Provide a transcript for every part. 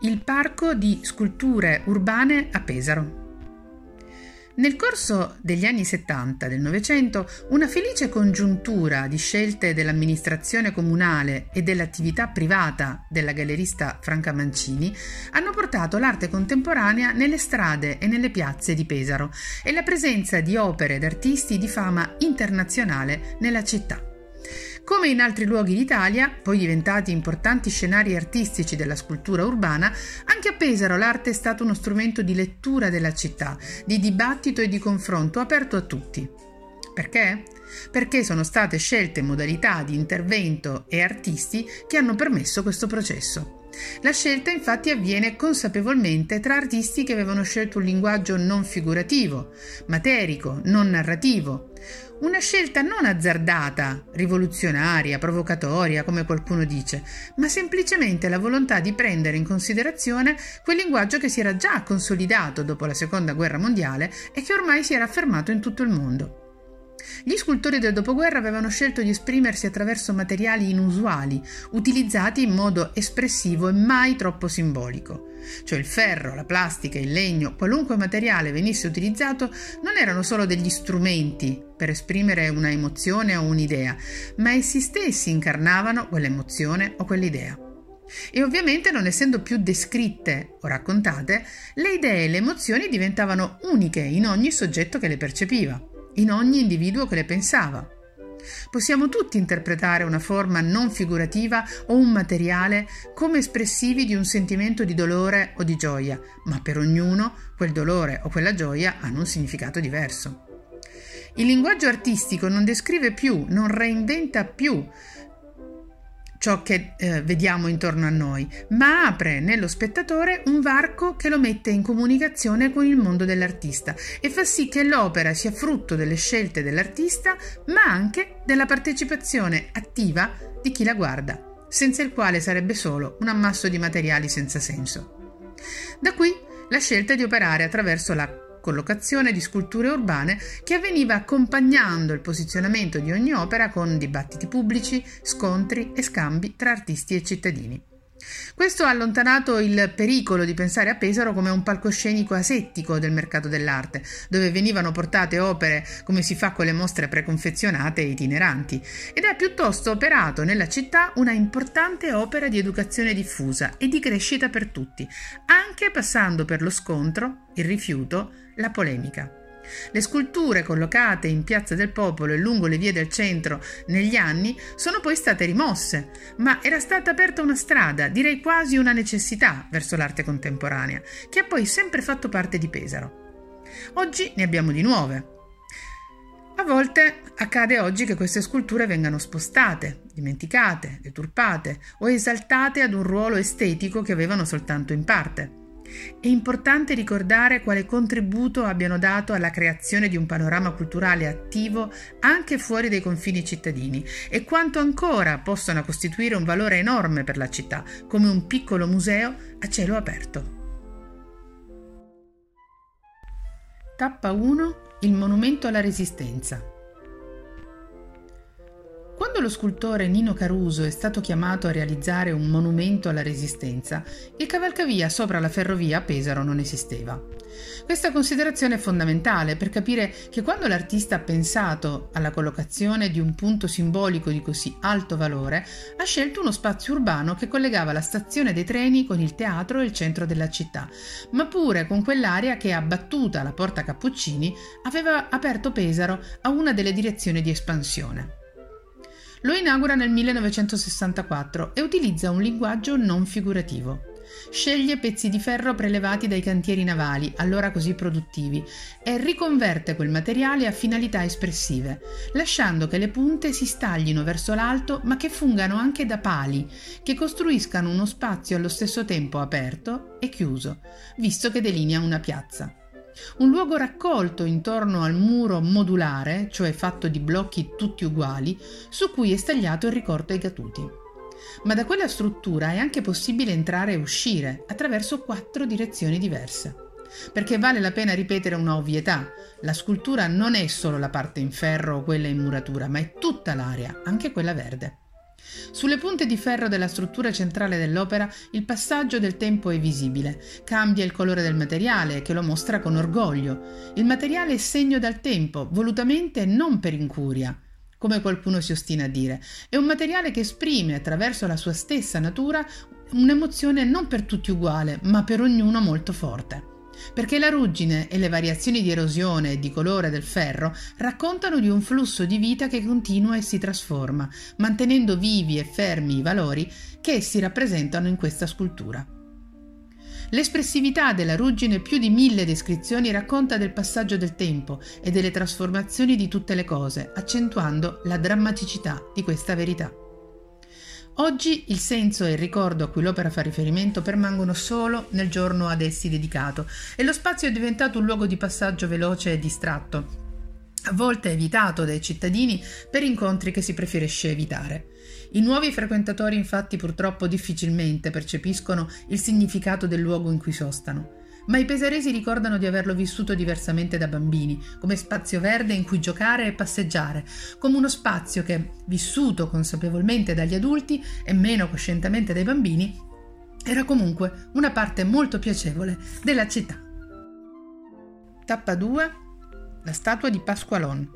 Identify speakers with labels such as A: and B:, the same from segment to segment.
A: Il Parco di Sculture Urbane a Pesaro. Nel corso degli anni 70 del Novecento, una felice congiuntura di scelte dell'amministrazione comunale e dell'attività privata della gallerista Franca Mancini hanno portato l'arte contemporanea nelle strade e nelle piazze di Pesaro e la presenza di opere ed artisti di fama internazionale nella città. Come in altri luoghi d'Italia, poi diventati importanti scenari artistici della scultura urbana, anche a Pesaro l'arte è stato uno strumento di lettura della città, di dibattito e di confronto aperto a tutti. Perché? Perché sono state scelte modalità di intervento e artisti che hanno permesso questo processo. La scelta infatti avviene consapevolmente tra artisti che avevano scelto un linguaggio non figurativo, materico, non narrativo. Una scelta non azzardata, rivoluzionaria, provocatoria, come qualcuno dice, ma semplicemente la volontà di prendere in considerazione quel linguaggio che si era già consolidato dopo la Seconda Guerra Mondiale e che ormai si era affermato in tutto il mondo. Gli scultori del dopoguerra avevano scelto di esprimersi attraverso materiali inusuali, utilizzati in modo espressivo e mai troppo simbolico. Cioè il ferro, la plastica, il legno, qualunque materiale venisse utilizzato non erano solo degli strumenti per esprimere una emozione o un'idea, ma essi stessi incarnavano quell'emozione o quell'idea. E ovviamente, non essendo più descritte o raccontate, le idee e le emozioni diventavano uniche in ogni soggetto che le percepiva, in ogni individuo che le pensava. Possiamo tutti interpretare una forma non figurativa o un materiale come espressivi di un sentimento di dolore o di gioia, ma per ognuno quel dolore o quella gioia hanno un significato diverso. Il linguaggio artistico non descrive più, non reinventa più ciò che vediamo intorno a noi, ma apre nello spettatore un varco che lo mette in comunicazione con il mondo dell'artista e fa sì che l'opera sia frutto delle scelte dell'artista, ma anche della partecipazione attiva di chi la guarda, senza il quale sarebbe solo un ammasso di materiali senza senso. Da qui la scelta di operare attraverso la collocazione di sculture urbane che avveniva accompagnando il posizionamento di ogni opera con dibattiti pubblici, scontri e scambi tra artisti e cittadini. Questo ha allontanato il pericolo di pensare a Pesaro come un palcoscenico asettico del mercato dell'arte, dove venivano portate opere come si fa con le mostre preconfezionate e itineranti, ed ha piuttosto operato nella città una importante opera di educazione diffusa e di crescita per tutti, anche passando per lo scontro, il rifiuto, la polemica. Le sculture collocate in Piazza del Popolo e lungo le vie del centro negli anni sono poi state rimosse, ma era stata aperta una strada, direi quasi una necessità, verso l'arte contemporanea, che ha poi sempre fatto parte di Pesaro. Oggi ne abbiamo di nuove. A volte accade oggi che queste sculture vengano spostate, dimenticate, deturpate o esaltate ad un ruolo estetico che avevano soltanto in parte. È importante ricordare quale contributo abbiano dato alla creazione di un panorama culturale attivo anche fuori dai confini cittadini e quanto ancora possano costituire un valore enorme per la città, come un piccolo museo a cielo aperto. Tappa 1. Il monumento alla Resistenza. Quando lo scultore Nino Caruso è stato chiamato a realizzare un monumento alla Resistenza, il cavalcavia sopra la ferrovia a Pesaro non esisteva. Questa considerazione è fondamentale per capire che quando l'artista ha pensato alla collocazione di un punto simbolico di così alto valore, ha scelto uno spazio urbano che collegava la stazione dei treni con il teatro e il centro della città, ma pure con quell'area che, abbattuta la Porta Cappuccini, aveva aperto Pesaro a una delle direzioni di espansione. Lo inaugura nel 1964 e utilizza un linguaggio non figurativo. Sceglie pezzi di ferro prelevati dai cantieri navali, allora così produttivi, e riconverte quel materiale a finalità espressive, lasciando che le punte si staglino verso l'alto ma che fungano anche da pali, che costruiscano uno spazio allo stesso tempo aperto e chiuso, visto che delinea una piazza. Un luogo raccolto intorno al muro modulare, cioè fatto di blocchi tutti uguali, su cui è stagliato il ricordo ai gatuti. Ma da quella struttura è anche possibile entrare e uscire attraverso 4 direzioni diverse. Perché vale la pena ripetere una ovvietà: la scultura non è solo la parte in ferro o quella in muratura, ma è tutta l'area, anche quella verde. Sulle punte di ferro della struttura centrale dell'opera il passaggio del tempo è visibile. Cambia il colore del materiale, che lo mostra con orgoglio. Il materiale è segno dal tempo, volutamente e non per incuria, come qualcuno si ostina a dire. È un materiale che esprime, attraverso la sua stessa natura, un'emozione non per tutti uguale, ma per ognuno molto forte. Perché la ruggine e le variazioni di erosione e di colore del ferro raccontano di un flusso di vita che continua e si trasforma, mantenendo vivi e fermi i valori che essi rappresentano in questa scultura. L'espressività della ruggine, più di 1000 descrizioni, racconta del passaggio del tempo e delle trasformazioni di tutte le cose, accentuando la drammaticità di questa verità. Oggi il senso e il ricordo a cui l'opera fa riferimento permangono solo nel giorno ad essi dedicato e lo spazio è diventato un luogo di passaggio veloce e distratto, a volte evitato dai cittadini per incontri che si preferisce evitare. I nuovi frequentatori infatti purtroppo difficilmente percepiscono il significato del luogo in cui sostano. Ma i pesaresi ricordano di averlo vissuto diversamente da bambini, come spazio verde in cui giocare e passeggiare, come uno spazio che, vissuto consapevolmente dagli adulti e meno coscientemente dai bambini, era comunque una parte molto piacevole della città. Tappa 2. La statua di Pasqualon.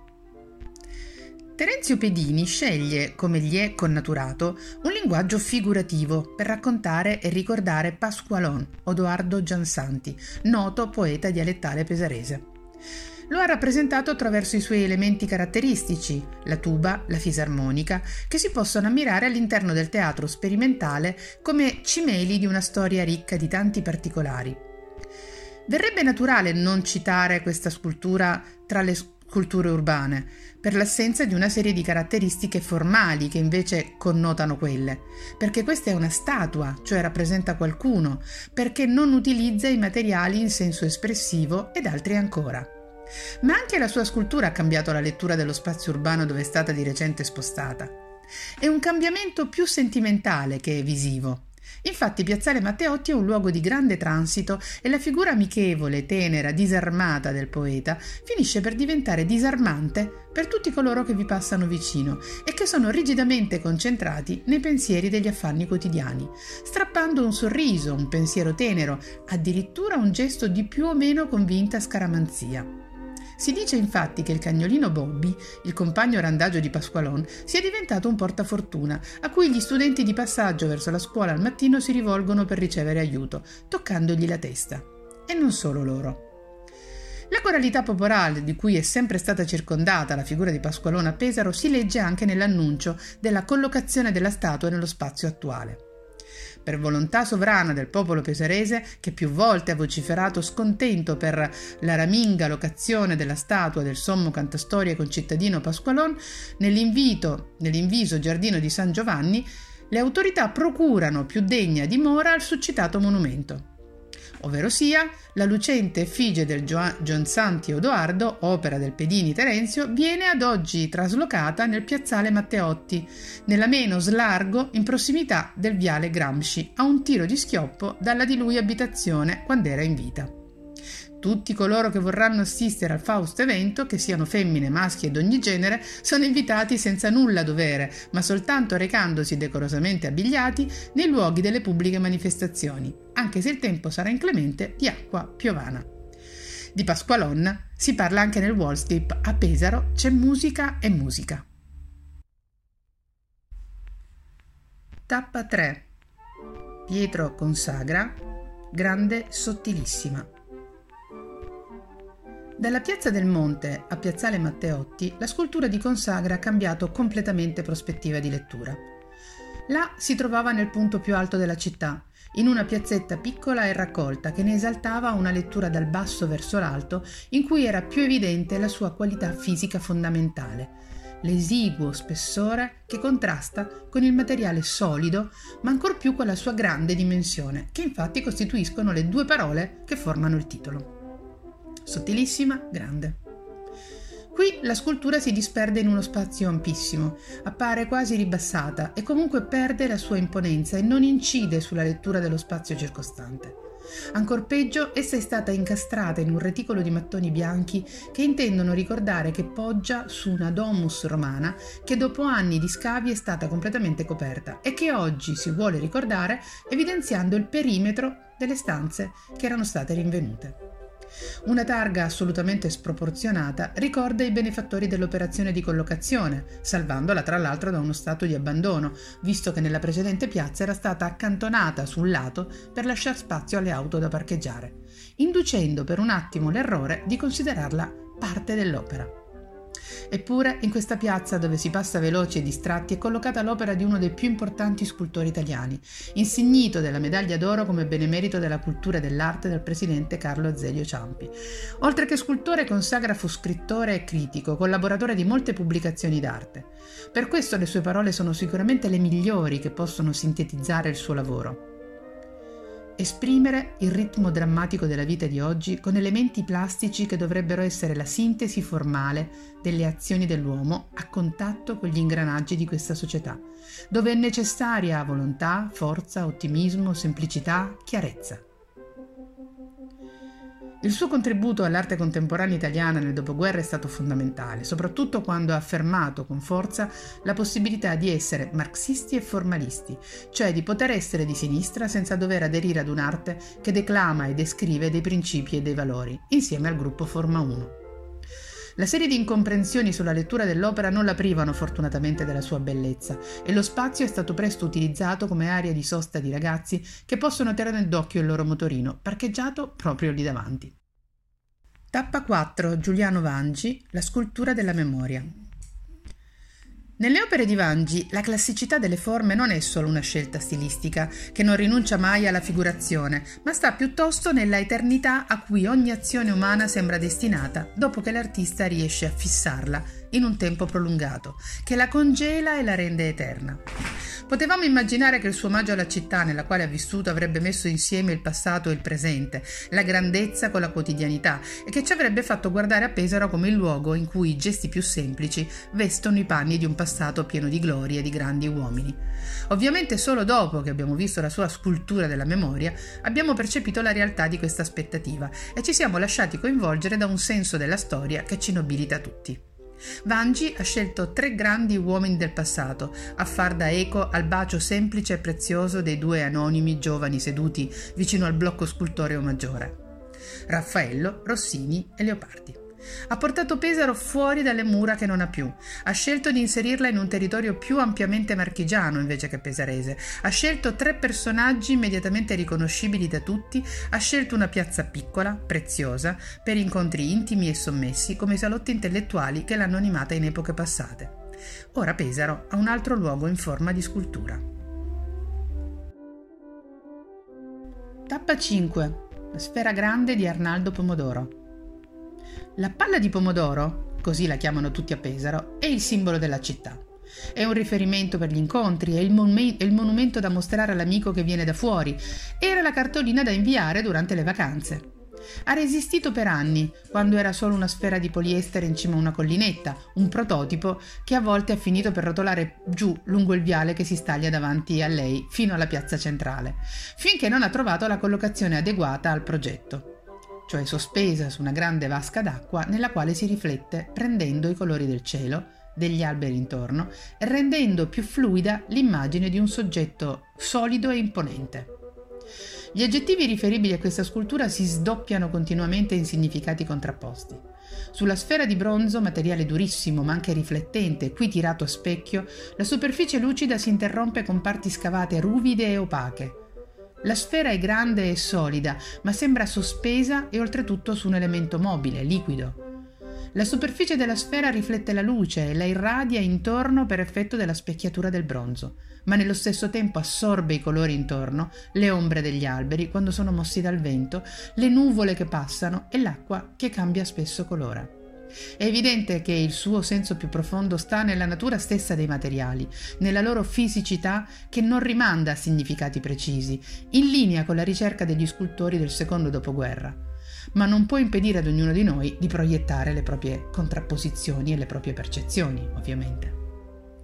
A: Terenzio Pedini sceglie, come gli è connaturato, un linguaggio figurativo per raccontare e ricordare Pasqualon, Odoardo Giansanti, noto poeta dialettale pesarese. Lo ha rappresentato attraverso i suoi elementi caratteristici, la tuba, la fisarmonica, che si possono ammirare all'interno del teatro sperimentale come cimeli di una storia ricca di tanti particolari. Verrebbe naturale non citare questa scultura tra le sculture urbane, per l'assenza di una serie di caratteristiche formali che invece connotano quelle, perché questa è una statua, cioè rappresenta qualcuno, perché non utilizza i materiali in senso espressivo ed altri ancora. Ma anche la sua scultura ha cambiato la lettura dello spazio urbano dove è stata di recente spostata. È un cambiamento più sentimentale che visivo. Infatti Piazzale Matteotti è un luogo di grande transito e la figura amichevole, tenera, disarmata del poeta finisce per diventare disarmante per tutti coloro che vi passano vicino e che sono rigidamente concentrati nei pensieri degli affanni quotidiani, strappando un sorriso, un pensiero tenero, addirittura un gesto di più o meno convinta scaramanzia. Si dice infatti che il cagnolino Bobby, il compagno randagio di Pasqualon, sia diventato un portafortuna a cui gli studenti di passaggio verso la scuola al mattino si rivolgono per ricevere aiuto, toccandogli la testa. E non solo loro. La coralità popolare di cui è sempre stata circondata la figura di Pasqualone a Pesaro si legge anche nell'annuncio della collocazione della statua nello spazio attuale. Per volontà sovrana del popolo pesarese, che più volte ha vociferato scontento per la raminga locazione della statua del sommo cantastorie concittadino Pasqualon, nell'inviso giardino di San Giovanni, le autorità procurano più degna dimora al succitato monumento, ovverosia la lucente effigie del Giansanti Odoardo, opera del Pedini Terenzio, viene ad oggi traslocata nel piazzale Matteotti, nella meno slargo in prossimità del viale Gramsci, a un tiro di schioppo dalla di lui abitazione quando era in vita. Tutti coloro che vorranno assistere al Fausto evento, che siano femmine, maschi e d'ogni genere, sono invitati senza nulla dovere, ma soltanto recandosi decorosamente abbigliati nei luoghi delle pubbliche manifestazioni, anche se il tempo sarà inclemente di acqua piovana. Di Pasqualon si parla anche nel Wallscape. A Pesaro c'è musica e musica. Tappa 3. Pietro Consagra, grande sottilissima. Dalla Piazza del Monte a Piazzale Matteotti, la scultura di Consagra ha cambiato completamente prospettiva di lettura. Là si trovava nel punto più alto della città, in una piazzetta piccola e raccolta che ne esaltava una lettura dal basso verso l'alto, in cui era più evidente la sua qualità fisica fondamentale, l'esiguo spessore che contrasta con il materiale solido, ma ancor più con la sua grande dimensione, che infatti costituiscono le due parole che formano il titolo. Sottilissima, grande. Qui la scultura si disperde in uno spazio ampissimo, appare quasi ribassata e comunque perde la sua imponenza e non incide sulla lettura dello spazio circostante. Ancor peggio, essa è stata incastrata in un reticolo di mattoni bianchi che intendono ricordare che poggia su una domus romana che dopo anni di scavi è stata completamente coperta e che oggi si vuole ricordare evidenziando il perimetro delle stanze che erano state rinvenute. Una targa assolutamente sproporzionata ricorda i benefattori dell'operazione di collocazione, salvandola tra l'altro da uno stato di abbandono, visto che nella precedente piazza era stata accantonata sul lato per lasciare spazio alle auto da parcheggiare, inducendo per un attimo l'errore di considerarla parte dell'opera. Eppure, in questa piazza dove si passa veloci e distratti è collocata l'opera di uno dei più importanti scultori italiani, insignito della medaglia d'oro come benemerito della cultura e dell'arte del presidente Carlo Azeglio Ciampi. Oltre che scultore, Consagra fu scrittore e critico, collaboratore di molte pubblicazioni d'arte. Per questo le sue parole sono sicuramente le migliori che possono sintetizzare il suo lavoro. Esprimere il ritmo drammatico della vita di oggi con elementi plastici che dovrebbero essere la sintesi formale delle azioni dell'uomo a contatto con gli ingranaggi di questa società, dove è necessaria volontà, forza, ottimismo, semplicità, chiarezza. Il suo contributo all'arte contemporanea italiana nel dopoguerra è stato fondamentale, soprattutto quando ha affermato con forza la possibilità di essere marxisti e formalisti, cioè di poter essere di sinistra senza dover aderire ad un'arte che declama e descrive dei principi e dei valori, insieme al gruppo Forma 1. La serie di incomprensioni sulla lettura dell'opera non la privano fortunatamente della sua bellezza e lo spazio è stato presto utilizzato come area di sosta di ragazzi che possono tenere d'occhio il loro motorino, parcheggiato proprio lì davanti. Tappa 4. Giuliano Vangi, la scultura della memoria. Nelle opere di Vangi la classicità delle forme non è solo una scelta stilistica che non rinuncia mai alla figurazione, ma sta piuttosto nella eternità a cui ogni azione umana sembra destinata dopo che l'artista riesce a fissarla in un tempo prolungato, che la congela e la rende eterna. Potevamo immaginare che il suo omaggio alla città nella quale ha vissuto avrebbe messo insieme il passato e il presente, la grandezza con la quotidianità e che ci avrebbe fatto guardare a Pesaro come il luogo in cui i gesti più semplici vestono i panni di un passato pieno di glorie e di grandi uomini. Ovviamente solo dopo che abbiamo visto la sua scultura della memoria abbiamo percepito la realtà di questa aspettativa e ci siamo lasciati coinvolgere da un senso della storia che ci nobilita tutti. Vangi ha scelto 3 grandi uomini del passato a far da eco al bacio semplice e prezioso dei 2 anonimi giovani seduti vicino al blocco scultoreo maggiore: Raffaello, Rossini e Leopardi. Ha portato Pesaro fuori dalle mura che non ha più, ha scelto di inserirla in un territorio più ampiamente marchigiano invece che pesarese, ha scelto 3 personaggi immediatamente riconoscibili da tutti, ha scelto una piazza piccola, preziosa, per incontri intimi e sommessi come i salotti intellettuali che l'hanno animata in epoche passate. Ora Pesaro ha un altro luogo in forma di scultura. Tappa 5. La sfera grande di Arnaldo Pomodoro. La palla di pomodoro, così la chiamano tutti a Pesaro, è il simbolo della città. È un riferimento per gli incontri, è il monumento da mostrare all'amico che viene da fuori, era la cartolina da inviare durante le vacanze. Ha resistito per anni, quando era solo una sfera di poliestere in cima a una collinetta, un prototipo che a volte ha finito per rotolare giù lungo il viale che si staglia davanti a lei fino alla piazza centrale, finché non ha trovato la collocazione adeguata al progetto, cioè sospesa su una grande vasca d'acqua nella quale si riflette prendendo i colori del cielo, degli alberi intorno e rendendo più fluida l'immagine di un soggetto solido e imponente. Gli aggettivi riferibili a questa scultura si sdoppiano continuamente in significati contrapposti. Sulla sfera di bronzo, materiale durissimo ma anche riflettente, qui tirato a specchio, la superficie lucida si interrompe con parti scavate ruvide e opache. La sfera è grande e solida, ma sembra sospesa e oltretutto su un elemento mobile, liquido. La superficie della sfera riflette la luce e la irradia intorno per effetto della specchiatura del bronzo, ma nello stesso tempo assorbe i colori intorno, le ombre degli alberi quando sono mossi dal vento, le nuvole che passano e l'acqua che cambia spesso colore. È evidente che il suo senso più profondo sta nella natura stessa dei materiali, nella loro fisicità che non rimanda a significati precisi, in linea con la ricerca degli scultori del secondo dopoguerra, ma non può impedire ad ognuno di noi di proiettare le proprie contrapposizioni e le proprie percezioni, ovviamente.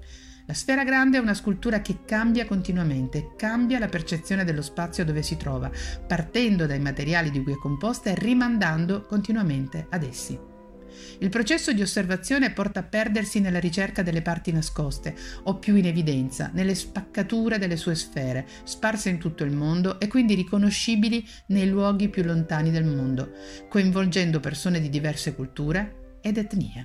A: La sfera grande è una scultura che cambia continuamente, cambia la percezione dello spazio dove si trova, partendo dai materiali di cui è composta e rimandando continuamente ad essi. Il processo di osservazione porta a perdersi nella ricerca delle parti nascoste o più in evidenza, nelle spaccature delle sue sfere, sparse in tutto il mondo e quindi riconoscibili nei luoghi più lontani del mondo, coinvolgendo persone di diverse culture ed etnie.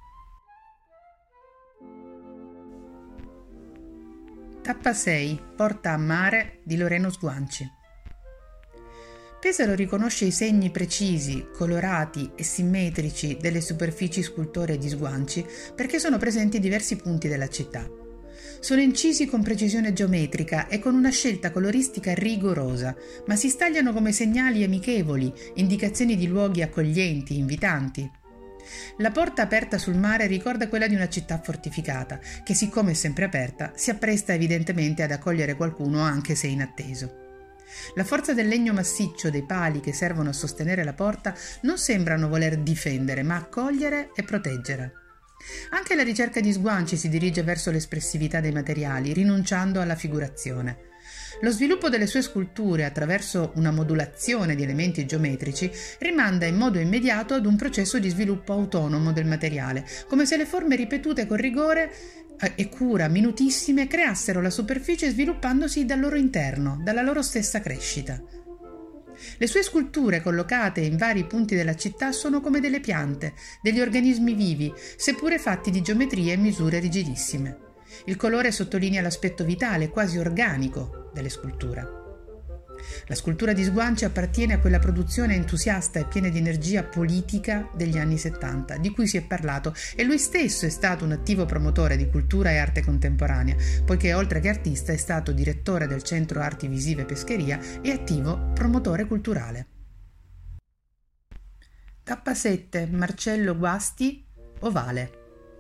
A: Tappa 6. Porta a mare di Loreno Sguanci. Pesaro riconosce i segni precisi, colorati e simmetrici delle superfici scultoree di Sguanci perché sono presenti in diversi punti della città. Sono incisi con precisione geometrica e con una scelta coloristica rigorosa, ma si stagliano come segnali amichevoli, indicazioni di luoghi accoglienti, invitanti. La porta aperta sul mare ricorda quella di una città fortificata, che siccome è sempre aperta, si appresta evidentemente ad accogliere qualcuno anche se inatteso. La forza del legno massiccio dei pali che servono a sostenere la porta non sembrano voler difendere, ma accogliere e proteggere. Anche la ricerca di Sguanci si dirige verso l'espressività dei materiali, rinunciando alla figurazione. Lo sviluppo delle sue sculture attraverso una modulazione di elementi geometrici rimanda in modo immediato ad un processo di sviluppo autonomo del materiale, come se le forme ripetute con rigore e cura minutissime creassero la superficie sviluppandosi dal loro interno, dalla loro stessa crescita. Le sue sculture collocate in vari punti della città sono come delle piante, degli organismi vivi, seppure fatti di geometrie e misure rigidissime. Il colore sottolinea l'aspetto vitale, quasi organico, delle sculture. La scultura di Sguanci appartiene a quella produzione entusiasta e piena di energia politica degli anni 70, di cui si è parlato, e lui stesso è stato un attivo promotore di cultura e arte contemporanea, poiché oltre che artista è stato direttore del Centro Arti Visive Pescheria e attivo promotore culturale. Tappa 7. Marcello Guasti, Ovale.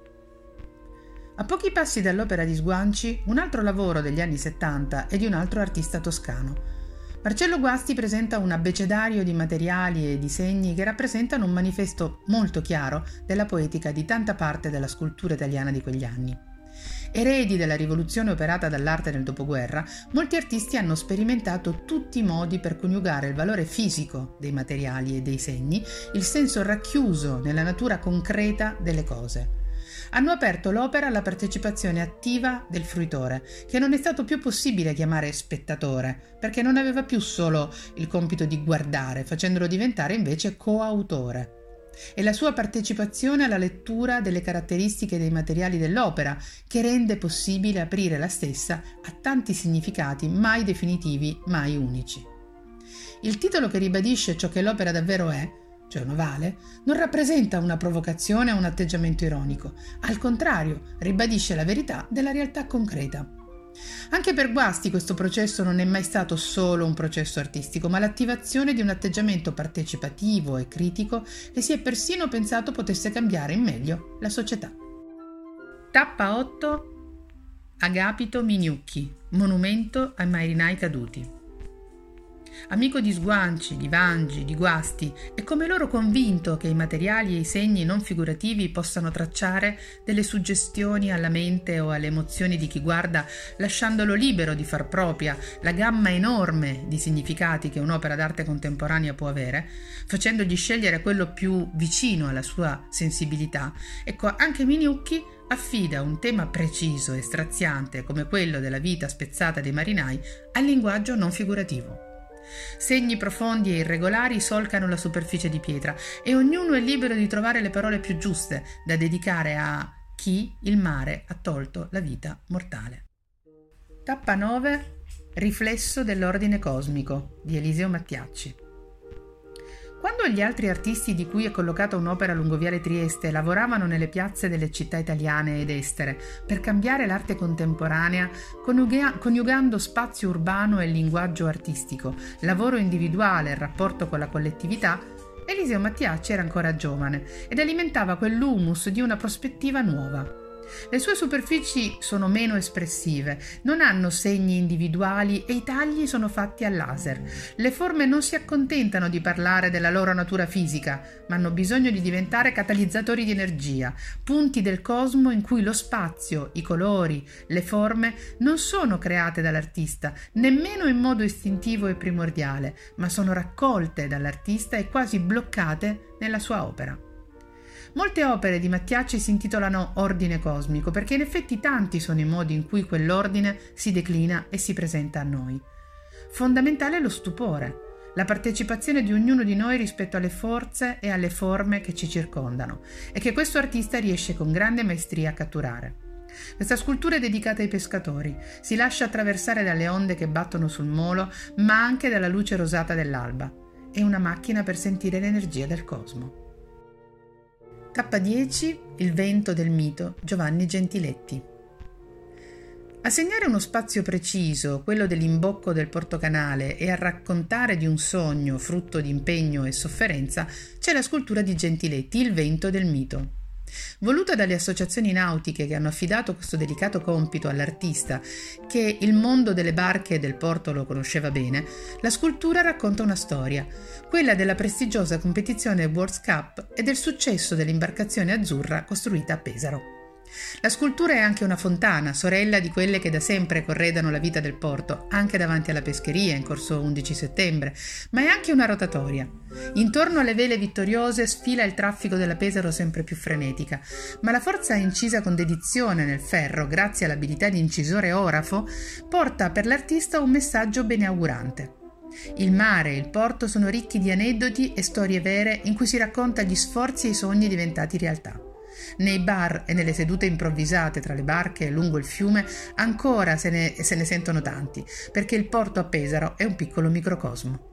A: A pochi passi dall'opera di Sguanci, un altro lavoro degli anni 70 è di un altro artista toscano. Marcello Guasti presenta un abbecedario di materiali e disegni che rappresentano un manifesto molto chiaro della poetica di tanta parte della scultura italiana di quegli anni. Eredi della rivoluzione operata dall'arte nel dopoguerra, molti artisti hanno sperimentato tutti i modi per coniugare il valore fisico dei materiali e dei segni, il senso racchiuso nella natura concreta delle cose. Hanno aperto l'opera alla partecipazione attiva del fruitore, che non è stato più possibile chiamare spettatore, perché non aveva più solo il compito di guardare, facendolo diventare invece coautore. È la sua partecipazione alla lettura delle caratteristiche dei materiali dell'opera che rende possibile aprire la stessa a tanti significati mai definitivi, mai unici. Il titolo che ribadisce ciò che l'opera davvero è, cioè un ovale, non rappresenta una provocazione o un atteggiamento ironico, al contrario, ribadisce la verità della realtà concreta. Anche per Guasti questo processo non è mai stato solo un processo artistico, ma l'attivazione di un atteggiamento partecipativo e critico che si è persino pensato potesse cambiare in meglio la società. Tappa 8. Agapito Mignucchi, monumento ai marinai caduti. Amico di Sguanci, di Vangi, di Guasti, è come loro convinto che i materiali e i segni non figurativi possano tracciare delle suggestioni alla mente o alle emozioni di chi guarda, lasciandolo libero di far propria la gamma enorme di significati che un'opera d'arte contemporanea può avere, facendogli scegliere quello più vicino alla sua sensibilità. Ecco, anche Mignucchi affida un tema preciso e straziante come quello della vita spezzata dei marinai al linguaggio non figurativo. Segni profondi e irregolari solcano la superficie di pietra e ognuno è libero di trovare le parole più giuste da dedicare a chi il mare ha tolto la vita mortale. Tappa 9. Riflesso dell'ordine cosmico di Eliseo Mattiacci. Quando gli altri artisti di cui è collocata un'opera lungo Viale Trieste lavoravano nelle piazze delle città italiane ed estere per cambiare l'arte contemporanea, coniugando spazio urbano e linguaggio artistico, lavoro individuale e rapporto con la collettività, Eliseo Mattiacci era ancora giovane ed alimentava quell'humus di una prospettiva nuova. Le sue superfici sono meno espressive, non hanno segni individuali e i tagli sono fatti a laser. Le forme non si accontentano di parlare della loro natura fisica, ma hanno bisogno di diventare catalizzatori di energia, punti del cosmo in cui lo spazio, i colori, le forme non sono create dall'artista, nemmeno in modo istintivo e primordiale, ma sono raccolte dall'artista e quasi bloccate nella sua opera. Molte opere di Mattiacci si intitolano Ordine cosmico perché in effetti tanti sono i modi in cui quell'ordine si declina e si presenta a noi. Fondamentale è lo stupore, la partecipazione di ognuno di noi rispetto alle forze e alle forme che ci circondano e che questo artista riesce con grande maestria a catturare. Questa scultura è dedicata ai pescatori, si lascia attraversare dalle onde che battono sul molo, ma anche dalla luce rosata dell'alba. È una macchina per sentire l'energia del cosmo. K10 Il vento del mito, Giovanni Gentiletti. A segnare uno spazio preciso, quello dell'imbocco del portocanale, e a raccontare di un sogno frutto di impegno e sofferenza, c'è la scultura di Gentiletti, Il vento del mito. Voluta dalle associazioni nautiche che hanno affidato questo delicato compito all'artista, che il mondo delle barche e del porto lo conosceva bene, la scultura racconta una storia, quella della prestigiosa competizione World Cup e del successo dell'imbarcazione azzurra costruita a Pesaro. La scultura è anche una fontana, sorella di quelle che da sempre corredano la vita del porto, anche davanti alla pescheria in corso 11 settembre, ma è anche una rotatoria. Intorno alle vele vittoriose sfila il traffico della Pesaro sempre più frenetica, ma la forza incisa con dedizione nel ferro, grazie all'abilità di incisore orafo, porta per l'artista un messaggio beneaugurante. Il mare e il porto sono ricchi di aneddoti e storie vere in cui si racconta gli sforzi e i sogni diventati realtà. Nei bar e nelle sedute improvvisate tra le barche e lungo il fiume ancora se ne sentono tanti, perché il porto a Pesaro è un piccolo microcosmo.